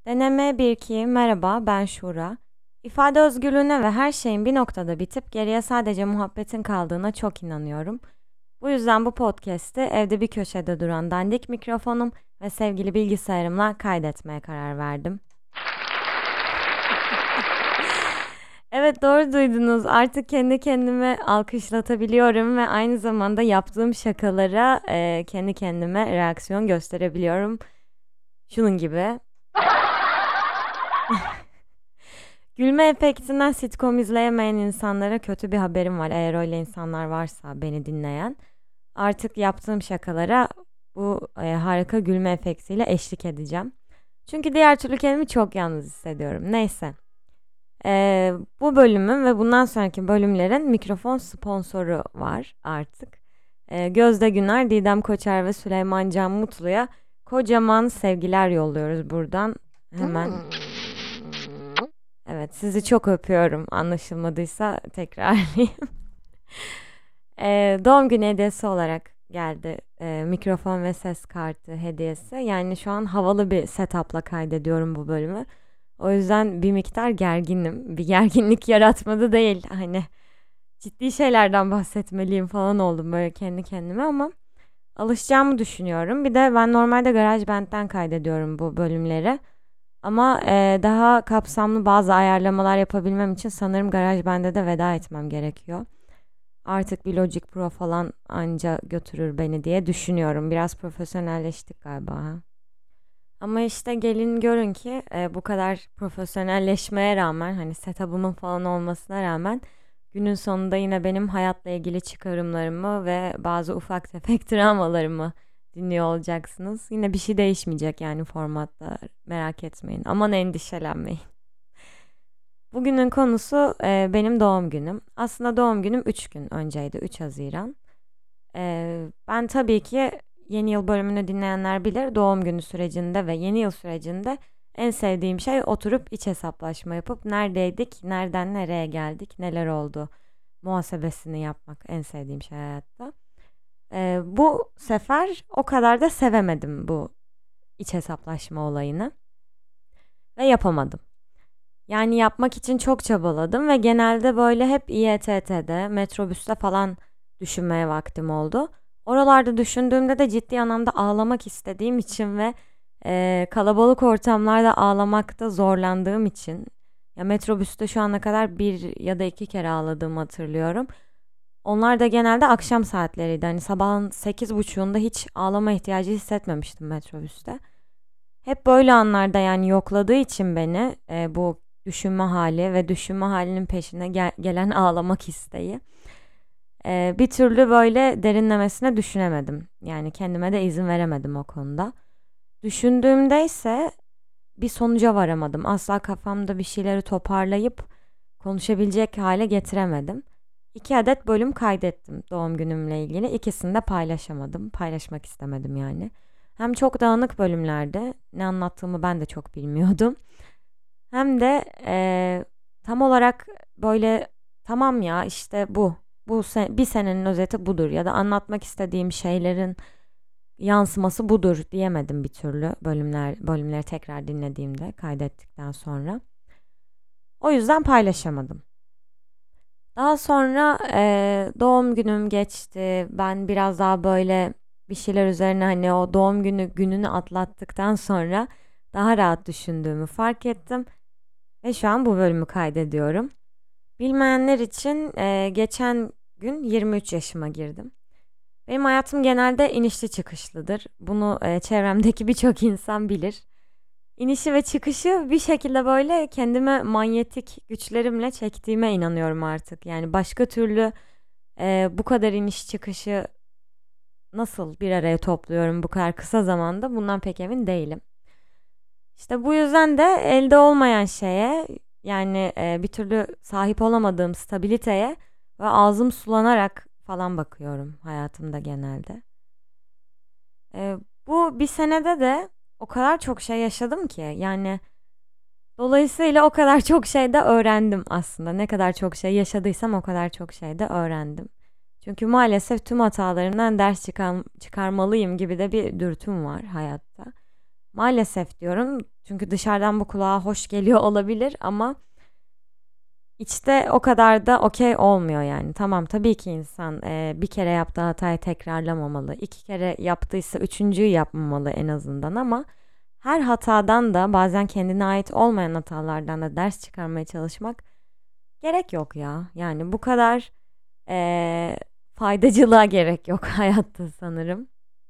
Deneme 1-2, merhaba ben Şura. İfade özgürlüğüne ve her şeyin bir noktada bitip geriye sadece muhabbetin kaldığına çok inanıyorum. Bu yüzden bu podcast'i evde bir köşede duran dandik mikrofonum ve sevgili bilgisayarımla kaydetmeye karar verdim. Evet, doğru duydunuz. Artık kendi kendime alkışlatabiliyorum ve aynı zamanda yaptığım şakalara kendi kendime reaksiyon gösterebiliyorum. Şunun gibi. Gülme efektinden sitcom izleyemeyen insanlara kötü bir haberim var. Eğer öyle insanlar varsa beni dinleyen. Artık yaptığım şakalara bu harika gülme efektiyle eşlik edeceğim. Çünkü diğer türlü kendimi çok yalnız hissediyorum. Neyse. Bu bölümün ve bundan sonraki bölümlerin mikrofon sponsoru var artık. Gözde Güner, Didem Koçer ve Süleyman Can Mutlu'ya kocaman sevgiler yolluyoruz buradan. Hemen. Evet, sizi çok öpüyorum. Anlaşılmadıysa tekrarlayayım. Doğum günü hediyesi olarak geldi mikrofon ve ses kartı hediyesi. Yani şu an havalı bir setup'la kaydediyorum bu bölümü. O yüzden bir miktar gerginim. Bir gerginlik yaratmadı değil. Hani ciddi şeylerden bahsetmeliyim falan oldum böyle kendi kendime ama alışacağımı düşünüyorum. Bir de ben normalde GarageBand'den kaydediyorum bu bölümleri. Ama daha kapsamlı bazı ayarlamalar yapabilmem için sanırım GarageBand'e de veda etmem gerekiyor. Artık bir Logic Pro falan anca götürür beni diye düşünüyorum. Biraz profesyonelleştik galiba. Ha? Ama işte gelin görün ki bu kadar profesyonelleşmeye rağmen hani setup'ımın falan olmasına rağmen günün sonunda yine benim hayatla ilgili çıkarımlarımı ve bazı ufak tefek travmalarımı dinliyor olacaksınız. Yine bir şey değişmeyecek yani formatta, merak etmeyin. Aman endişelenmeyin. Bugünün konusu benim doğum günüm. Aslında doğum günüm 3 gün önceydi, 3 Haziran. Ben tabii ki yeni yıl bölümünü dinleyenler bilir, doğum günü sürecinde ve yeni yıl sürecinde en sevdiğim şey oturup iç hesaplaşma yapıp neredeydik, nereden nereye geldik, neler oldu muhasebesini yapmak en sevdiğim şey hayatta. Bu sefer o kadar da sevemedim bu iç hesaplaşma olayını ve yapamadım. Yani yapmak için çok çabaladım ve genelde böyle hep İETT'de, metrobüste falan düşünmeye vaktim oldu. Oralarda düşündüğümde de ciddi anlamda ağlamak istediğim için ve kalabalık ortamlarda ağlamakta zorlandığım için ya metrobüste şu ana kadar bir ya da iki kere ağladığımı hatırlıyorum. Onlar da genelde akşam saatleriydi. Hani sabahın 8.30'unda hiç ağlama ihtiyacı hissetmemiştim metrobüste. Hep böyle anlarda yani yokladığı için beni bu düşünme hali ve düşünme halinin peşine gelen ağlamak isteği. Bir türlü böyle derinlemesine düşünemedim. Yani kendime de izin veremedim o konuda. Düşündüğümde ise bir sonuca varamadım. Asla kafamda bir şeyleri toparlayıp konuşabilecek hale getiremedim. 2 adet bölüm kaydettim doğum günümle ilgili. İkisini de paylaşamadım. Paylaşmak istemedim yani. Hem çok dağınık bölümlerde ne anlattığımı ben de çok bilmiyordum. Hem de tam olarak böyle tamam ya işte bir senenin özeti budur ya da anlatmak istediğim şeylerin yansıması budur diyemedim bir türlü bölümleri tekrar dinlediğimde kaydettikten sonra. O yüzden paylaşamadım. Daha sonra doğum günüm geçti. Ben biraz daha böyle bir şeyler üzerine hani o doğum gününü atlattıktan sonra daha rahat düşündüğümü fark ettim. Ve şu an bu bölümü kaydediyorum. Bilmeyenler için geçen gün 23 yaşıma girdim. Benim hayatım genelde inişli çıkışlıdır. Bunu çevremdeki birçok insan bilir. İnişi ve çıkışı bir şekilde böyle kendime manyetik güçlerimle çektiğime inanıyorum artık. Yani başka türlü bu kadar iniş çıkışı nasıl bir araya topluyorum bu kadar kısa zamanda bundan pek emin değilim. İşte bu yüzden de elde olmayan şeye yani bir türlü sahip olamadığım stabiliteye ve ağzım sulanarak falan bakıyorum hayatımda genelde. E, Bu bir senede de o kadar çok şey yaşadım ki yani dolayısıyla o kadar çok şey de öğrendim aslında. Ne kadar çok şey yaşadıysam o kadar çok şey de öğrendim. Çünkü maalesef tüm hatalarımdan ders çıkarmalıyım gibi de bir dürtüm var hayatta. Maalesef diyorum çünkü dışarıdan bu kulağa hoş geliyor olabilir ama içte o kadar da okey olmuyor yani. Tamam, tabii ki insan bir kere yaptığı hatayı tekrarlamamalı. İki kere yaptıysa üçüncüyü yapmamalı en azından ama her hatadan da bazen kendine ait olmayan hatalardan da ders çıkarmaya çalışmak gerek yok ya. Yani bu kadar faydacılığa gerek yok hayatta sanırım.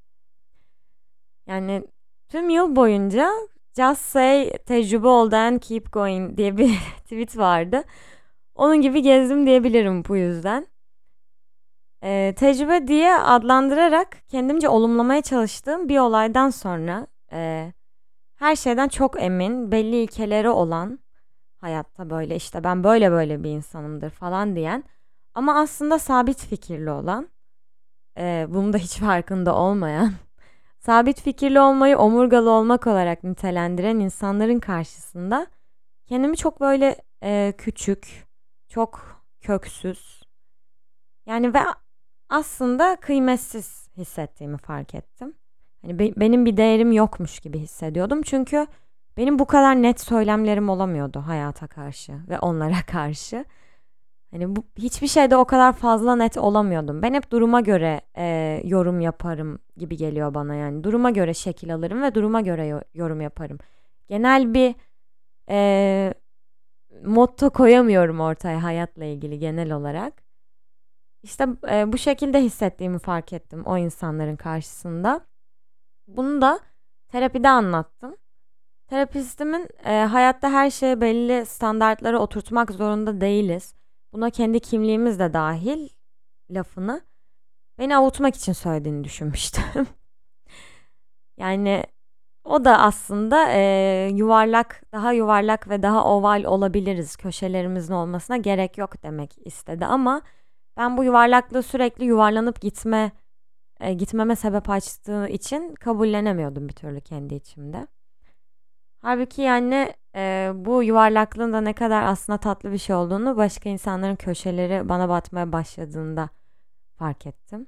Yani tüm yıl boyunca Just Say tecrübe oldu and keep going diye bir tweet vardı. Onun gibi gezdim diyebilirim bu yüzden. Tecrübe diye adlandırarak kendimce olumlamaya çalıştığım bir olaydan sonra her şeyden çok emin, belli ilkeleri olan, hayatta böyle işte ben böyle böyle bir insanımdır falan diyen ama aslında sabit fikirli olan, bunun da hiç farkında olmayan, sabit fikirli olmayı omurgalı olmak olarak nitelendiren insanların karşısında kendimi çok böyle küçük, çok köksüz, yani ve aslında kıymetsiz hissettiğimi fark ettim. Hani benim bir değerim yokmuş gibi hissediyordum. Çünkü benim bu kadar net söylemlerim olamıyordu hayata karşı ve onlara karşı. Hani bu hiçbir şeyde o kadar fazla net olamıyordum. Ben hep duruma göre yorum yaparım gibi geliyor bana yani. Duruma göre şekil alırım ve duruma göre yorum yaparım. Genel bir e, motto koyamıyorum ortaya hayatla ilgili genel olarak. İşte bu şekilde hissettiğimi fark ettim o insanların karşısında. Bunu da terapide anlattım. Terapistimin hayatta her şeye belli standartlara oturtmak zorunda değiliz. Buna kendi kimliğimiz de dahil lafını beni avutmak için söylediğini düşünmüştüm. Yani o da aslında yuvarlak, daha yuvarlak ve daha oval olabiliriz. Köşelerimizin olmasına gerek yok demek istedi ama ben bu yuvarlaklığı sürekli yuvarlanıp gitmeme sebep açtığı için kabullenemiyordum bir türlü kendi içimde. Halbuki yani bu yuvarlaklığın da ne kadar aslında tatlı bir şey olduğunu başka insanların köşeleri bana batmaya başladığında fark ettim.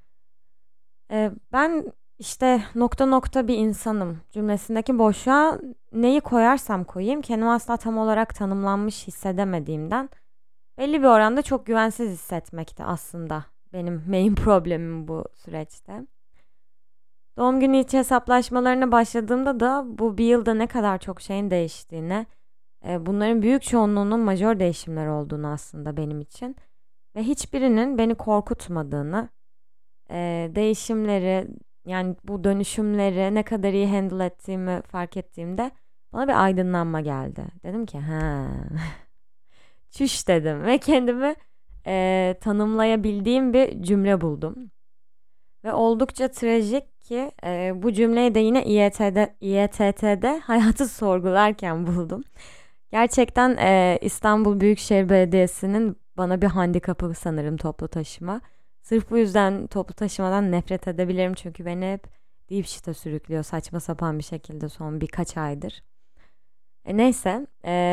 Ben işte nokta nokta bir insanım cümlesindeki boşluğa neyi koyarsam koyayım kendimi asla tam olarak tanımlanmış hissedemediğimden belli bir oranda çok güvensiz hissetmekti aslında benim main problemim bu süreçte. Doğum günü içi hesaplaşmalarına başladığımda da bu bir yılda ne kadar çok şeyin değiştiğini, bunların büyük çoğunluğunun majör değişimler olduğunu aslında benim için ve hiçbirinin beni korkutmadığını, değişimleri yani bu dönüşümleri ne kadar iyi handle ettiğimi fark ettiğimde bana bir aydınlanma geldi. Dedim ki ha çüş dedim ve kendimi tanımlayabildiğim bir cümle buldum. Ve oldukça trajik ki bu cümleyi de yine İETT'de hayatı sorgularken buldum. Gerçekten İstanbul Büyükşehir Belediyesi'nin bana bir handikapı sanırım toplu taşıma. Sırf bu yüzden toplu taşımadan nefret edebilirim çünkü beni hep deep shit'e sürüklüyor saçma sapan bir şekilde son birkaç aydır. Neyse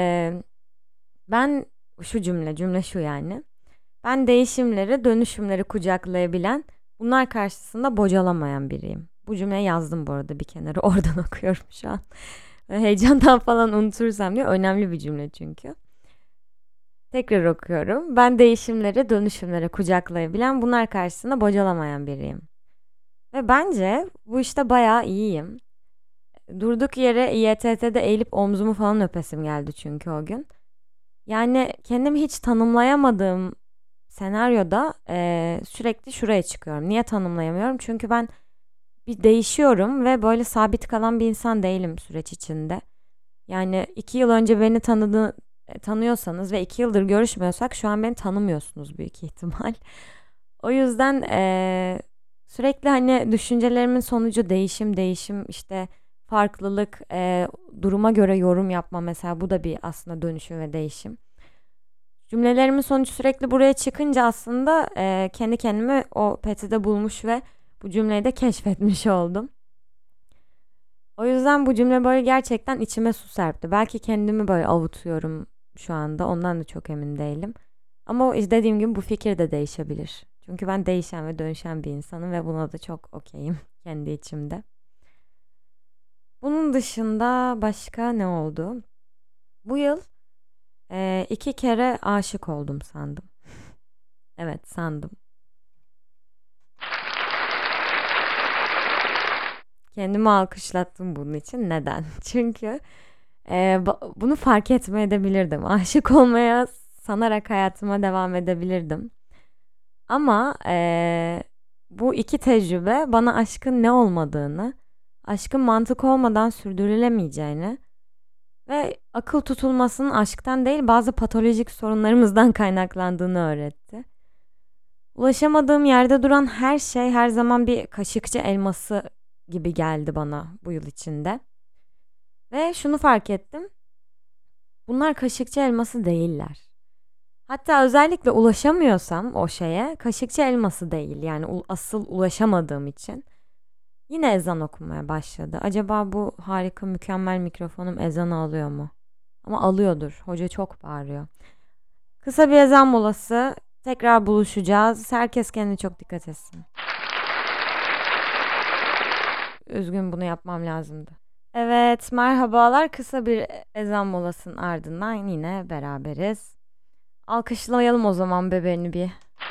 ben şu cümle şu yani. Ben değişimleri, dönüşümleri kucaklayabilen, bunlar karşısında bocalamayan biriyim. Bu cümleyi yazdım bu arada bir kenara. Oradan okuyorum şu an. Heyecandan falan unutursam diye önemli bir cümle çünkü. Tekrar okuyorum. Ben değişimleri, dönüşümleri kucaklayabilen, bunlar karşısında bocalamayan biriyim. Ve bence bu işte bayağı iyiyim. Durduk yere İETT'de eğilip omzumu falan öpesim geldi çünkü o gün. Yani kendimi hiç tanımlayamadığım senaryoda sürekli şuraya çıkıyorum. Niye tanımlayamıyorum? Çünkü ben bir değişiyorum ve böyle sabit kalan bir insan değilim süreç içinde. Yani 2 yıl önce beni tanıyorsanız ve 2 yıldır görüşmüyorsak şu an beni tanımıyorsunuz büyük ihtimal. O yüzden sürekli hani düşüncelerimin sonucu değişim işte farklılık, duruma göre yorum yapma mesela bu da bir aslında dönüşüm ve değişim. Cümlelerimin sonucu sürekli buraya çıkınca aslında kendi kendimi o petide bulmuş ve bu cümleyi de keşfetmiş oldum. O yüzden bu cümle böyle gerçekten içime su serpti. Belki kendimi böyle avutuyorum şu anda. Ondan da çok emin değilim. Ama dediğim gibi bu fikir de değişebilir. Çünkü ben değişen ve dönüşen bir insanım ve buna da çok okeyim kendi içimde. Bunun dışında başka ne oldu? Bu yıl 2 kere aşık oldum sandım. Evet, sandım. Kendimi alkışlattım bunun için. Neden? Çünkü bunu fark etmeyebilirdim. Aşık olmaya sanarak hayatıma devam edebilirdim. Ama bu iki tecrübe bana aşkın ne olmadığını, aşkın mantık olmadan sürdürülemeyeceğini ve akıl tutulmasının aşktan değil bazı patolojik sorunlarımızdan kaynaklandığını öğretti. Ulaşamadığım yerde duran her şey her zaman bir kaşıkçı elması gibi geldi bana bu yıl içinde. Ve şunu fark ettim. Bunlar kaşıkçı elması değiller. Hatta özellikle ulaşamıyorsam o şeye kaşıkçı elması değil. Yani asıl ulaşamadığım için yine ezan okumaya başladı. Acaba bu harika mükemmel mikrofonum ezanı alıyor mu? Ama alıyordur. Hoca çok bağırıyor. Kısa bir ezan molası. Tekrar buluşacağız. Herkes kendine çok dikkat etsin. Üzgün, bunu yapmam lazımdı. Evet, merhabalar. Kısa bir ezan molasının ardından yine beraberiz. Alkışlayalım o zaman bebeğini bir.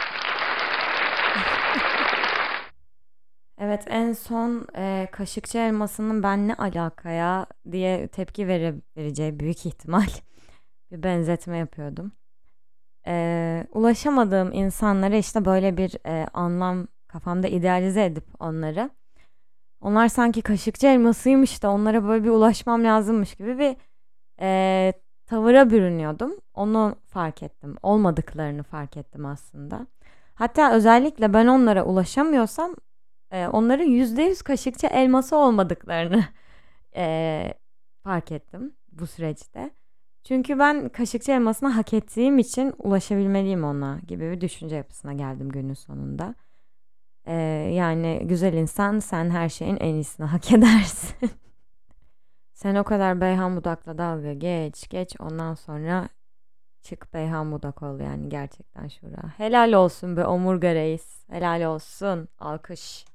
Evet, en son kaşıkçı elmasının ben ne alakaya diye tepki vereceği büyük ihtimal bir benzetme yapıyordum. Ulaşamadığım insanlara işte böyle bir anlam kafamda idealize edip onlar sanki kaşıkçı elmasıymış da onlara böyle bir ulaşmam lazımmış gibi bir tavıra bürünüyordum. Onu fark ettim. Olmadıklarını fark ettim aslında. Hatta özellikle ben onlara ulaşamıyorsam onların %100 kaşıkçı elması olmadıklarını eee, fark ettim bu süreçte. Çünkü ben kaşıkçı elmasını hak ettiğim için ulaşabilmeliyim ona gibi bir düşünce yapısına geldim günün sonunda. Eee, Yani güzel insan, sen her şeyin en iyisini hak edersin. Sen o kadar Beyhan Budak'la dalga geç ondan sonra çık Beyhan Budak ol yani gerçekten Şura. Helal olsun be Omurga Reis. Helal olsun. Alkış.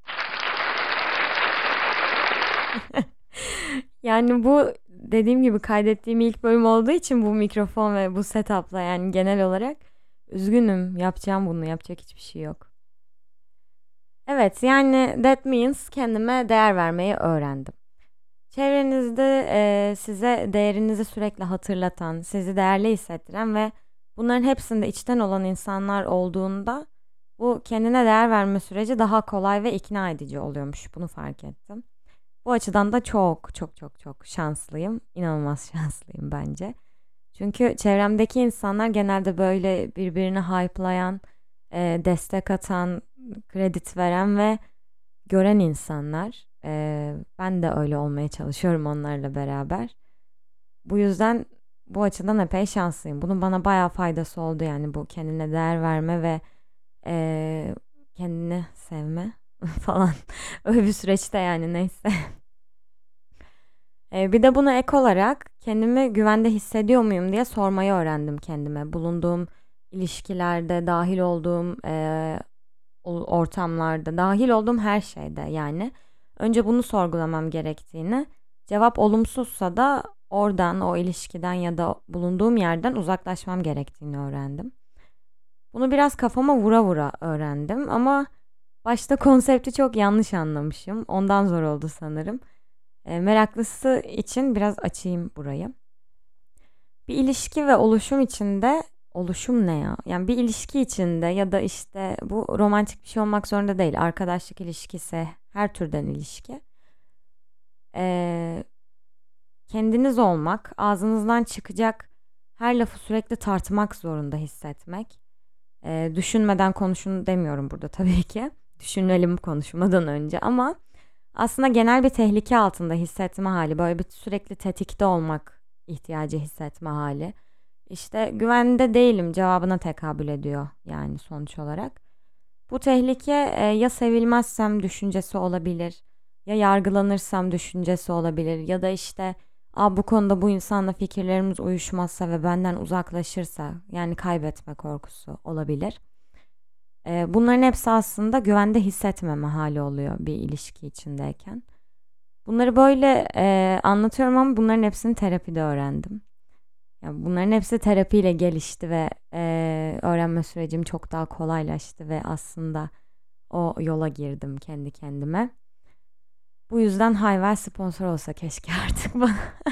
Yani bu dediğim gibi kaydettiğim ilk bölüm olduğu için bu mikrofon ve bu setup'la yani genel olarak üzgünüm. Yapacağım bunu. Yapacak hiçbir şey yok. Evet, yani that means kendime değer vermeyi öğrendim. Çevrenizde size değerinizi sürekli hatırlatan, sizi değerli hissettiren ve bunların hepsinde içten olan insanlar olduğunda bu kendine değer verme süreci daha kolay ve ikna edici oluyormuş. Bunu fark ettim. Bu açıdan da çok çok çok çok şanslıyım. İnanılmaz şanslıyım bence. Çünkü çevremdeki insanlar genelde böyle birbirini hype'layan, destek atan, kredi veren ve gören insanlar. Ben de öyle olmaya çalışıyorum onlarla beraber. Bu yüzden bu açıdan epey şanslıyım. Bunun bana bayağı faydası oldu yani bu kendine değer verme ve kendini sevme falan. Öyle bir süreçte yani neyse. Bir de buna ek olarak kendimi güvende hissediyor muyum diye sormayı öğrendim kendime. Bulunduğum ilişkilerde, dahil olduğum ortamlarda, dahil olduğum her şeyde yani. Önce bunu sorgulamam gerektiğini, cevap olumsuzsa da oradan, o ilişkiden ya da bulunduğum yerden uzaklaşmam gerektiğini öğrendim. Bunu biraz kafama vura vura öğrendim ama başta konsepti çok yanlış anlamışım. Ondan zor oldu sanırım. Meraklısı için biraz açayım burayı. Bir ilişki ve oluşum içinde oluşum ne ya? Yani bir ilişki içinde ya da işte bu romantik bir şey olmak zorunda değil. Arkadaşlık ilişkisi, her türden ilişki. Ee, Kendiniz olmak, ağzınızdan çıkacak her lafı sürekli tartmak zorunda hissetmek. Düşünmeden konuşun demiyorum burada tabii ki. Düşünelim konuşmadan önce ama aslında genel bir tehlike altında hissetme hali, böyle bir sürekli tetikte olmak ihtiyacı hissetme hali. İşte güvende değilim cevabına tekabül ediyor yani sonuç olarak. Bu tehlike ya sevilmezsem düşüncesi olabilir, ya yargılanırsam düşüncesi olabilir ya da işte bu konuda bu insanla fikirlerimiz uyuşmazsa ve benden uzaklaşırsa yani kaybetme korkusu olabilir. Bunların hepsi aslında güvende hissetmeme hali oluyor bir ilişki içindeyken. Bunları böyle anlatıyorum ama bunların hepsini terapide öğrendim. Ya bunların hepsi terapiyle gelişti ve öğrenme sürecim çok daha kolaylaştı ve aslında o yola girdim kendi kendime. Bu yüzden Hayvel sponsor olsa keşke artık bana.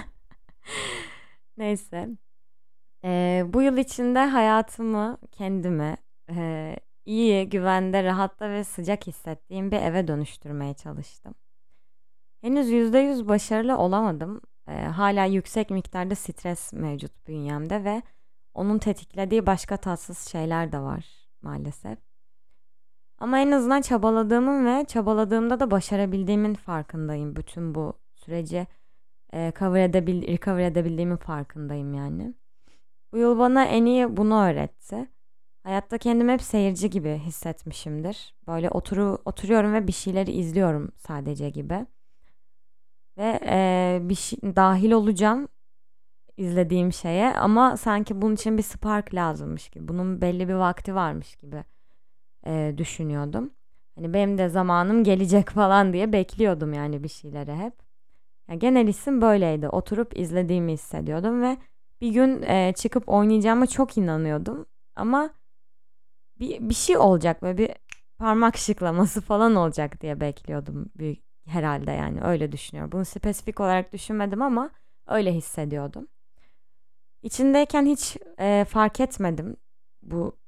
Neyse. Bu yıl içinde hayatımı kendime iyi, güvende, rahatta ve sıcak hissettiğim bir eve dönüştürmeye çalıştım. Henüz %100 başarılı olamadım. Hala yüksek miktarda stres mevcut bünyemde ve onun tetiklediği başka tatsız şeyler de var maalesef. Ama en azından çabaladığımın ve çabaladığımda da başarabildiğimin farkındayım. Bütün bu süreci recover edebildiğimin farkındayım yani. Bu yıl bana en iyi bunu öğretti. Hayatta kendimi hep seyirci gibi hissetmişimdir. Böyle oturuyorum ve bir şeyleri izliyorum sadece gibi. Ve bir şey, dahil olacağım izlediğim şeye ama sanki bunun için bir spark lazımmış gibi. Bunun belli bir vakti varmış gibi düşünüyordum. Hani benim de zamanım gelecek falan diye bekliyordum yani bir şeylere hep. Yani genel isim böyleydi. Oturup izlediğimi hissediyordum ve bir gün çıkıp oynayacağıma çok inanıyordum. Ama bir şey olacak böyle bir parmak şıklaması falan olacak diye bekliyordum büyük herhalde yani öyle düşünüyorum. Bunu spesifik olarak düşünmedim ama öyle hissediyordum. İçindeyken hiç fark etmedim bu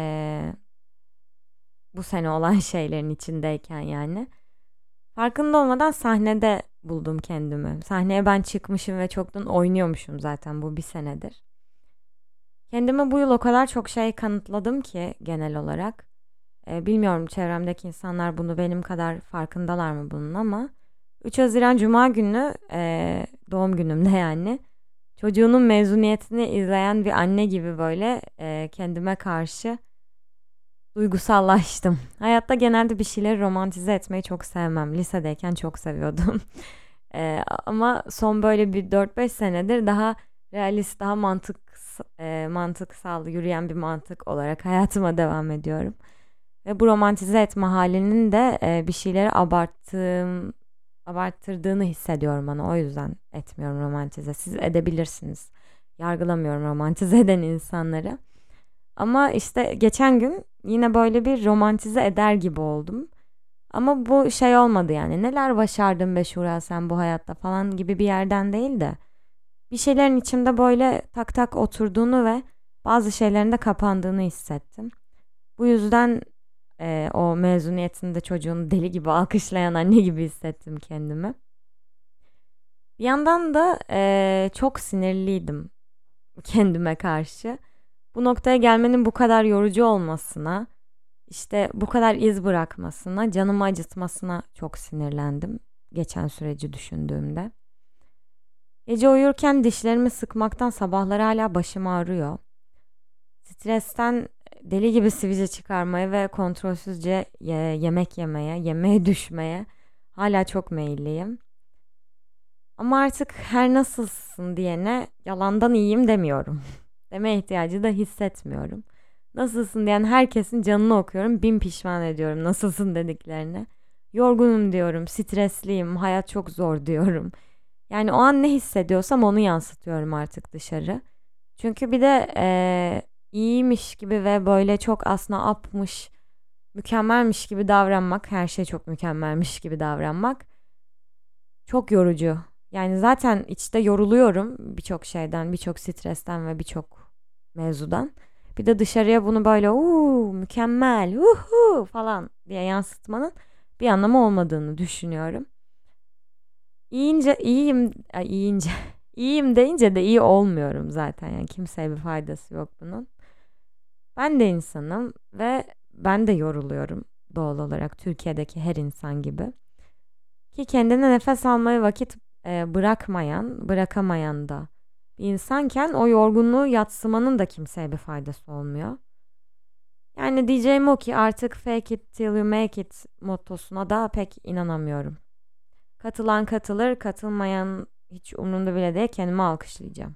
bu sene olan şeylerin içindeyken yani. Farkında olmadan sahnede buldum kendimi. Sahneye ben çıkmışım ve çoktan oynuyormuşum zaten bu bir senedir. Kendime bu yıl o kadar çok şey kanıtladım ki genel olarak. Bilmiyorum çevremdeki insanlar bunu benim kadar farkındalar mı bunun ama 3 Haziran Cuma günü doğum günümde yani çocuğunun mezuniyetini izleyen bir anne gibi böyle kendime karşı duygusallaştım. Hayatta genelde bir şeyleri romantize etmeyi çok sevmem. Lisedeyken çok seviyordum. Ama son böyle bir 4-5 senedir daha realist, daha mantıksal yürüyen bir mantık olarak hayatıma devam ediyorum. Ve bu romantize etme halinin de bir şeyleri abarttırdığını hissediyorum bana. O yüzden etmiyorum romantize. Siz edebilirsiniz. Yargılamıyorum romantize eden insanları. Ama işte geçen gün yine böyle bir romantize eder gibi oldum. Ama bu şey olmadı yani. Neler başardın be Şura sen bu hayatta falan gibi bir yerden değil de. Bir şeylerin içimde böyle tak tak oturduğunu ve bazı şeylerin de kapandığını hissettim. Bu yüzden o mezuniyetinde çocuğunu deli gibi alkışlayan anne gibi hissettim kendimi. Bir yandan da çok sinirliydim kendime karşı. Bu noktaya gelmenin bu kadar yorucu olmasına, işte bu kadar iz bırakmasına, canımı acıtmasına çok sinirlendim geçen süreci düşündüğümde. Gece uyurken dişlerimi sıkmaktan sabahları hala başım ağrıyor. Stresten deli gibi sivilce çıkarmaya ve kontrolsüzce yemek yemeye, yemeğe düşmeye hala çok meyilliyim. Ama artık her nasılsın diyene yalandan iyiyim demiyorum. Deme ihtiyacı da hissetmiyorum. Nasılsın diyen herkesin canını okuyorum. Bin pişman ediyorum nasılsın dediklerine. Yorgunum diyorum, stresliyim, hayat çok zor diyorum. Yani o an ne hissediyorsam onu yansıtıyorum artık dışarı. Çünkü bir de iyiymiş gibi ve böyle çok aslında apmış, mükemmelmiş gibi davranmak, her şey çok mükemmelmiş gibi davranmak çok yorucu. Yani zaten içte yoruluyorum birçok şeyden, birçok stresten ve birçok mevzudan. Bir de dışarıya bunu böyle mükemmel falan diye yansıtmanın bir anlamı olmadığını düşünüyorum. İyiyince iyiyim deyince de iyi olmuyorum zaten. Yani kimseye bir faydası yok bunun. Ben de insanım ve ben de yoruluyorum doğal olarak Türkiye'deki her insan gibi. Ki kendine nefes almaya vakit bırakamayan da bir insanken o yorgunluğu yadsımanın da kimseye bir faydası olmuyor. Yani diyeceğim o ki artık fake it till you make it mottosuna da pek inanamıyorum. Katılan katılır, katılmayan hiç umurumda bile değil kendimi alkışlayacağım.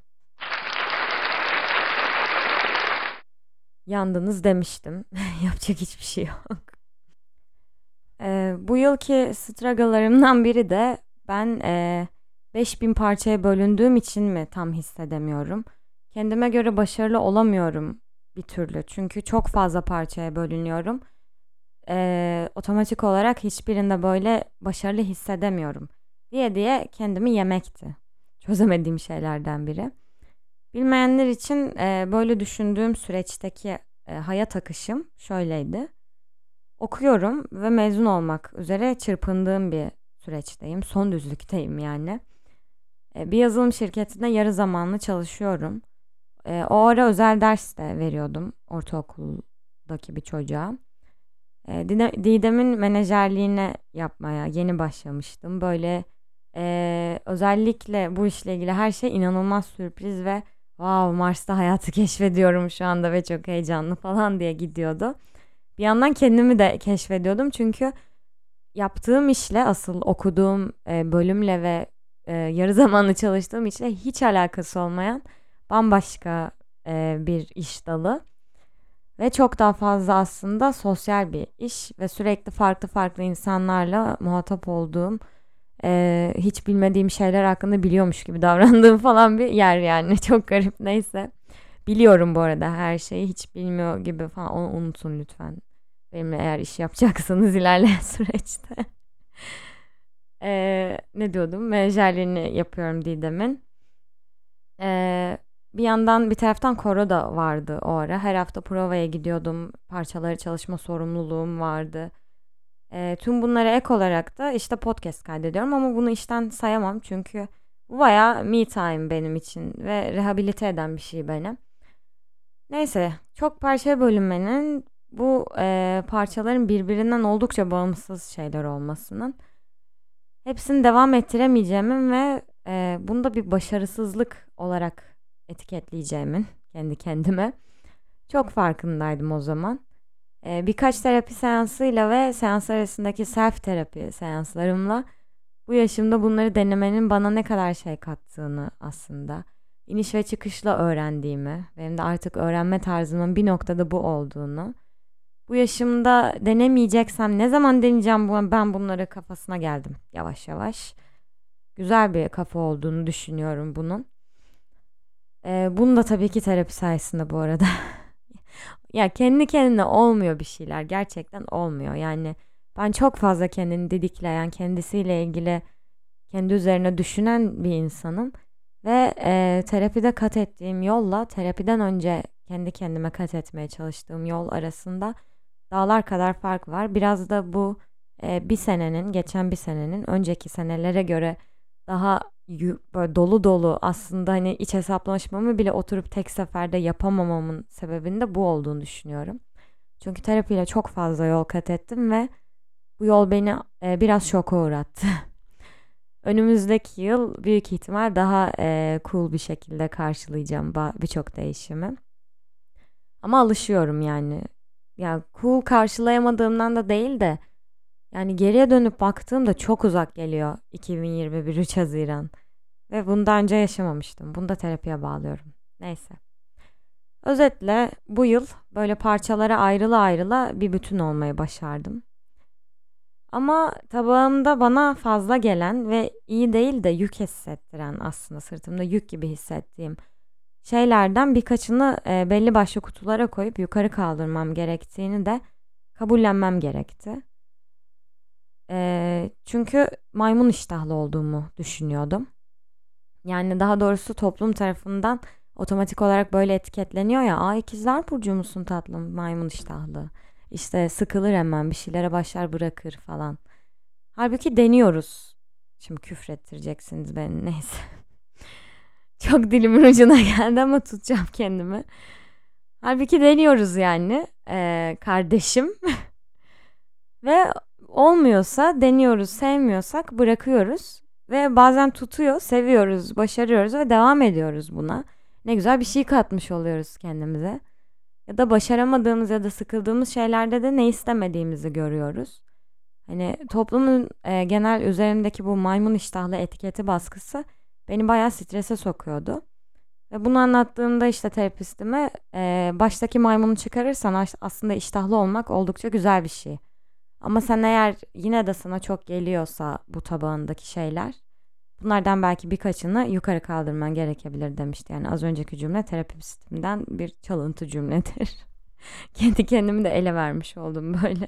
Yandınız demiştim. Yapacak hiçbir şey yok. Bu yılki struggle'larımdan biri de Ben 5000 parçaya bölündüğüm için mi tam hissedemiyorum? Kendime göre başarılı olamıyorum bir türlü. Çünkü çok fazla parçaya bölünüyorum. Otomatik olarak hiçbirinde böyle başarılı hissedemiyorum. Diye kendimi yemekti. Çözemediğim şeylerden biri. Bilmeyenler için böyle düşündüğüm süreçteki hayat akışım şöyleydi. Okuyorum ve mezun olmak üzere çırpındığım bir süreçteyim. Son düzlükteyim yani. Bir yazılım şirketinde yarı zamanlı çalışıyorum. O ara özel ders de veriyordum ortaokuldaki bir çocuğa. Didem'in menajerliğine yapmaya yeni başlamıştım. Böyle özellikle bu işle ilgili her şey inanılmaz sürpriz ve wow, Mars'ta hayatı keşfediyorum şu anda ve çok heyecanlı falan diye gidiyordu. Bir yandan kendimi de keşfediyordum çünkü yaptığım işle, asıl okuduğum bölümle ve yarı zamanlı çalıştığım işle hiç alakası olmayan bambaşka bir iş dalı. Ve çok daha fazla aslında sosyal bir iş ve sürekli farklı farklı insanlarla muhatap olduğum, hiç bilmediğim şeyler hakkında biliyormuş gibi davrandığım falan bir yer yani. Çok garip, neyse. Biliyorum bu arada her şeyi, hiç bilmiyor gibi falan, onu unutun lütfen. Benimle eğer iş yapacaksanız ilerleyen süreçte. Ne diyordum? Menajerliğini yapıyorum Didem'in. Bir yandan bir taraftan koro da vardı o ara. Her hafta provaya gidiyordum. Parçaları çalışma sorumluluğum vardı. Tüm bunlara ek olarak da işte podcast kaydediyorum ama bunu işten sayamam çünkü bu bayağı me time benim için ve rehabilite eden bir şey beni. Neyse, çok parçaya bölünmenin, bu parçaların birbirinden oldukça bağımsız şeyler olmasının, hepsini devam ettiremeyeceğimin ve bunu da bir başarısızlık olarak etiketleyeceğimin kendi kendime çok farkındaydım o zaman. Birkaç terapi seansıyla ve seans arasındaki self terapi seanslarımla bu yaşımda bunları denemenin bana ne kadar şey kattığını, aslında iniş ve çıkışla öğrendiğimi, benim de artık öğrenme tarzımın bir noktada bu olduğunu, bu yaşımda denemeyeceksem ne zaman deneyeceğim ben bunları kafasına geldim yavaş yavaş. Güzel bir kafa olduğunu düşünüyorum bunun. Bunun da tabii ki terapi sayesinde bu arada. Ya kendi kendine olmuyor bir şeyler. Gerçekten olmuyor. Yani ben çok fazla kendini didikleyen, kendisiyle ilgili, kendi üzerine düşünen bir insanım. Ve terapide kat ettiğim yolla terapiden önce kendi kendime kat etmeye çalıştığım yol arasında dağlar kadar fark var. Biraz da bu geçen bir senenin önceki senelere göre daha böyle dolu dolu, aslında hani iç hesaplamaşmamı bile oturup tek seferde yapamamamın sebebinin de bu olduğunu düşünüyorum. Çünkü terapiyle çok fazla yol kat ettim ve bu yol beni biraz şoka uğrattı. Önümüzdeki yıl büyük ihtimal daha cool bir şekilde karşılayacağım birçok değişimi. Ama alışıyorum yani. Ya cool karşılayamadığımdan da değil de, yani geriye dönüp baktığımda çok uzak geliyor 2021 3 Haziran. Ve bundan önce yaşamamıştım. Bunu da terapiye bağlıyorum. Neyse. Özetle bu yıl böyle parçalara ayrıla ayrıla bir bütün olmayı başardım. Ama tabağımda bana fazla gelen ve iyi değil de yük hissettiren, aslında sırtımda yük gibi hissettiğim şeylerden birkaçını belli başlı kutulara koyup yukarı kaldırmam gerektiğini de kabullenmem gerekti. Çünkü maymun iştahlı olduğumu düşünüyordum. Yani daha doğrusu toplum tarafından otomatik olarak böyle etiketleniyor ya. Aa, ikizler burcu musun tatlım, maymun iştahlı. İşte sıkılır hemen, bir şeylere başlar bırakır falan. Halbuki deniyoruz. Şimdi küfrettireceksiniz beni, neyse. Çok dilimin ucuna geldi ama tutacağım kendimi. Halbuki deniyoruz yani kardeşim. Ve olmuyorsa deniyoruz, sevmiyorsak bırakıyoruz. Ve bazen tutuyor, seviyoruz, başarıyoruz ve devam ediyoruz buna. Ne güzel bir şey katmış oluyoruz kendimize. Ya da başaramadığımız ya da sıkıldığımız şeylerde de ne istemediğimizi görüyoruz. Hani toplumun genel üzerimdeki bu maymun iştahlı etiketi baskısı beni bayağı strese sokuyordu. Ve bunu anlattığımda işte terapistime, baştaki maymunu çıkarırsan aslında iştahlı olmak oldukça güzel bir şey. Ama sen eğer yine de sana çok geliyorsa bu tabağındaki şeyler, bunlardan belki birkaçını yukarı kaldırman gerekebilir demişti. Yani az önceki cümle terapistimden bir çalıntı cümledir. Kendi kendimi de ele vermiş oldum böyle.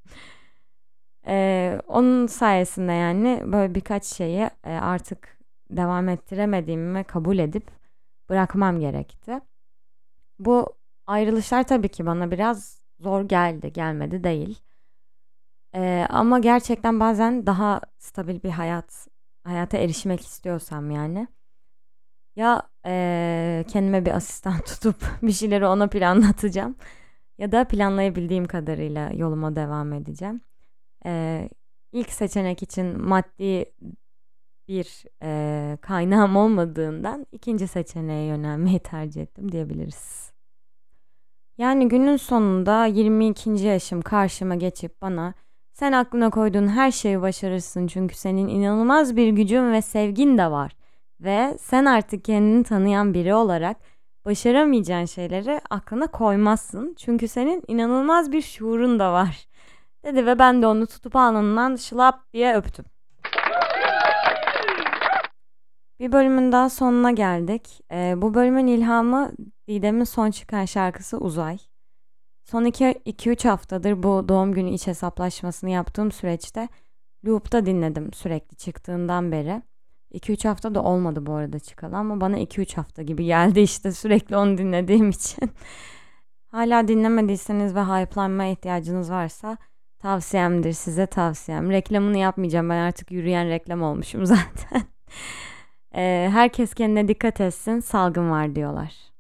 Onun sayesinde yani böyle birkaç şeyi artık devam ettiremediğimi kabul edip bırakmam gerekti. Bu ayrılışlar tabii ki bana biraz zor geldi, gelmedi değil. Ama gerçekten bazen daha stabil bir hayata erişmek istiyorsam yani ya kendime bir asistan tutup bir şeyleri ona planlatacağım ya da planlayabildiğim kadarıyla yoluma devam edeceğim. İlk seçenek için maddi bir kaynağım olmadığından ikinci seçeneğe yönelmeyi tercih ettim diyebiliriz. Yani günün sonunda 22. yaşım karşıma geçip bana sen aklına koyduğun her şeyi başarırsın çünkü senin inanılmaz bir gücün ve sevgin de var. Ve sen artık kendini tanıyan biri olarak başaramayacağın şeyleri aklına koymazsın. Çünkü senin inanılmaz bir şuurun da var dedi ve ben de onu tutup alnından şılap diye öptüm. Bir bölümün daha sonuna geldik. Bu bölümün ilhamı Didem'in son çıkan şarkısı Uzay. Son 2-3 haftadır bu doğum günü iç hesaplaşmasını yaptığım süreçte loop'ta dinledim sürekli çıktığından beri. 2-3 hafta da olmadı bu arada çıkalı ama bana 2-3 hafta gibi geldi işte sürekli onu dinlediğim için. Hala dinlemediyseniz ve hype'lanmaya ihtiyacınız varsa tavsiyemdir, size tavsiyem. Reklamını yapmayacağım, ben artık yürüyen reklam olmuşum zaten. Herkes kendine dikkat etsin, salgın var diyorlar.